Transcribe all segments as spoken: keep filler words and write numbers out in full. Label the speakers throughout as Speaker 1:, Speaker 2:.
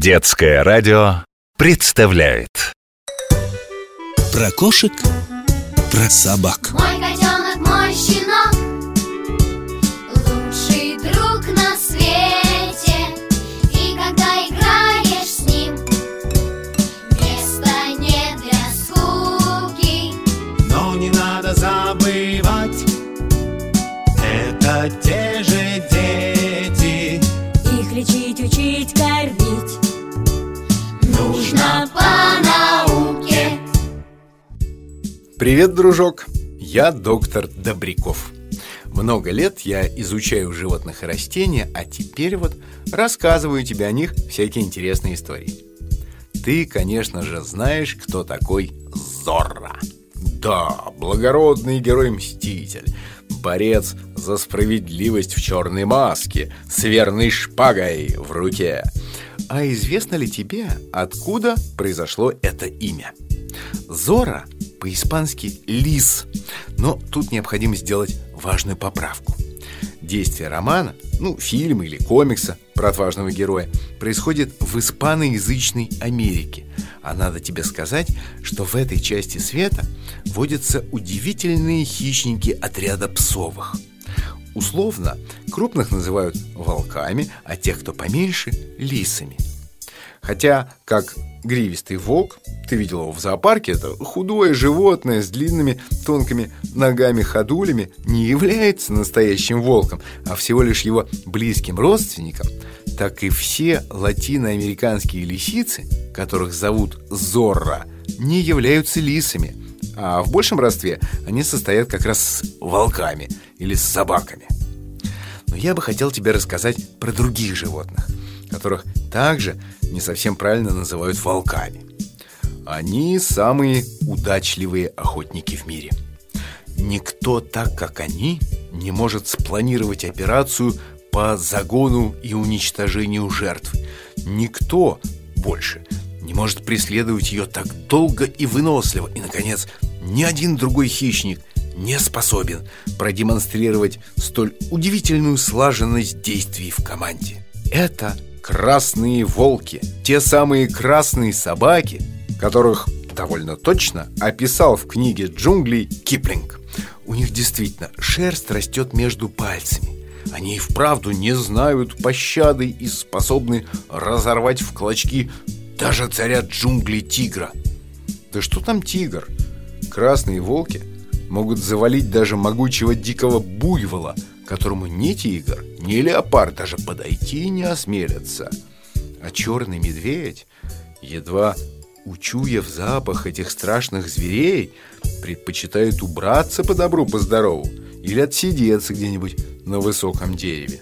Speaker 1: Детское радио представляет
Speaker 2: про кошек, про собак.
Speaker 3: Мой котенок, мой щенок, лучший друг на свете. И когда играешь с ним, места нет для скуки.
Speaker 4: Но не надо забывать, это те же дети.
Speaker 5: Их лечить, учить, кормить
Speaker 3: Нужно по науке.
Speaker 6: Привет, дружок! Я доктор Добряков. Много лет я изучаю животных и растения, а теперь вот рассказываю тебе о них всякие интересные истории. Ты, конечно же, знаешь, кто такой Зорро. Да, благородный герой-мститель, борец за справедливость в черной маске, с верной шпагой в руке. А известно ли тебе, откуда произошло это имя? Зорро по-испански «лис», но тут необходимо сделать важную поправку. Действие романа, ну, фильма или комикса про отважного героя происходит в испаноязычной Америке. А надо тебе сказать, что в этой части света водятся удивительные хищники отряда псовых. Условно, крупных называют волками, а тех, кто поменьше, лисами. Хотя, как гривистый волк, ты видел его в зоопарке, это худое животное с длинными тонкими ногами-ходулями, не является настоящим волком, а всего лишь его близким родственником, так и все латиноамериканские лисицы, которых зовут Зорро, не являются лисами, а в большем родстве они состоят как раз с волками или с собаками. Но я бы хотел тебе рассказать про других животных, которых также не совсем правильно называют волками. Они самые удачливые охотники в мире. Никто так, как они, не может спланировать операцию по загону и уничтожению жертвы. Никто больше не может преследовать ее так долго и выносливо. И, наконец, ни один другой хищник не способен продемонстрировать столь удивительную слаженность действий в команде. Это красные волки, те самые красные собаки, которых довольно точно описал в книге «Джунгли» Киплинг. У них действительно шерсть растет между пальцами. Они и вправду не знают пощады и способны разорвать в клочки даже царя джунглей тигра. Да что там тигр? Красные волки могут завалить даже могучего дикого буйвола, которому ни тигр, ни леопард даже подойти не осмелятся. А черный медведь, едва учуяв запах этих страшных зверей, предпочитает убраться по добру, по здорову или отсидеться где-нибудь на высоком дереве.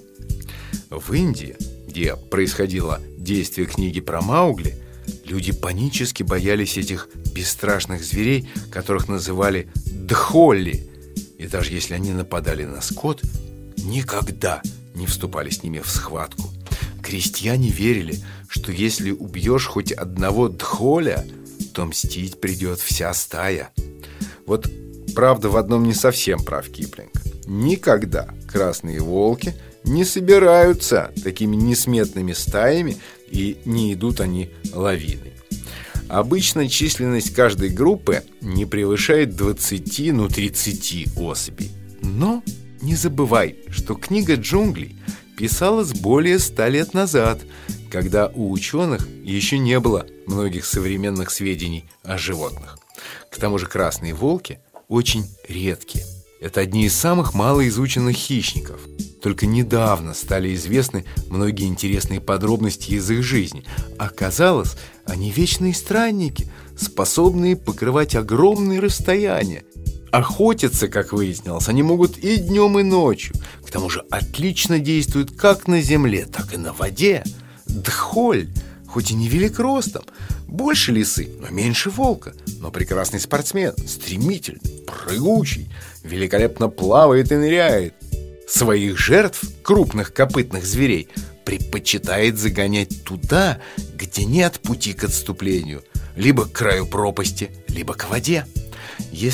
Speaker 6: В Индии, где происходило действие книги про Маугли, люди панически боялись этих бесстрашных зверей, которых называли дхолли. И даже если они нападали на скот, никогда не вступали с ними в схватку. Крестьяне верили, что если убьешь хоть одного дхоля, то мстить придет вся стая. Вот правда в одном не совсем прав Киплинг. Никогда красные волки не собираются такими несметными стаями, и не идут они лавиной. Обычно численность каждой группы не превышает двадцати, ну тридцати особей. Но не забывай, что книга «Джунглей» писалась более ста лет назад, когда у ученых еще не было многих современных сведений о животных. К тому же красные волки очень редкие. Это одни из самых малоизученных хищников. Только недавно стали известны многие интересные подробности из их жизни. Оказалось, они вечные странники, способные покрывать огромные расстояния. Охотиться, как выяснилось, они могут и днем, и ночью. К тому же отлично действуют как на земле, так и на воде. Дхоль, хоть и не велик ростом, больше лисы, но меньше волка, но прекрасный спортсмен, стремительный, прыгучий, великолепно плавает и ныряет. Своих жертв, крупных копытных зверей, предпочитает загонять туда, где нет пути к отступлению, либо к краю пропасти, либо к воде. Если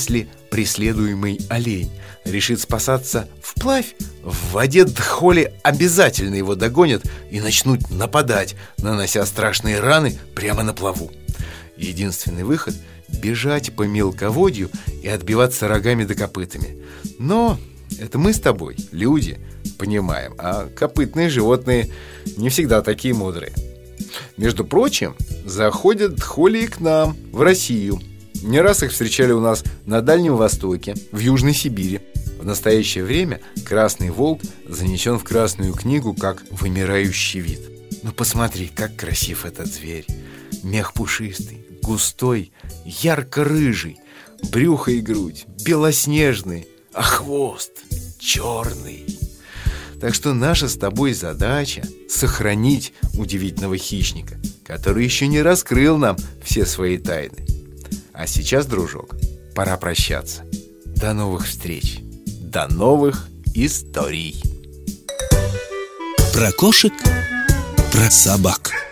Speaker 6: преследуемый олень решит спасаться вплавь, в воде Дхоли обязательно его догонят и начнут нападать, нанося страшные раны прямо на плаву. Единственный выход – бежать по мелководью и отбиваться рогами да копытами. Но это мы с тобой, люди, понимаем, а копытные животные не всегда такие мудрые. Между прочим, заходят Дхоли и к нам, в Россию. Не раз их встречали у нас на Дальнем Востоке, в Южной Сибири. В настоящее время красный волк занесен в Красную книгу как вымирающий вид. Но посмотри, как красив этот зверь. Мех пушистый, густой, ярко-рыжий, брюхо и грудь белоснежные, а хвост черный. Так что наша с тобой задача — сохранить удивительного хищника, который еще не раскрыл нам все свои тайны. А сейчас, дружок, пора прощаться. До новых встреч, до новых историй.
Speaker 2: Про кошек, про собак.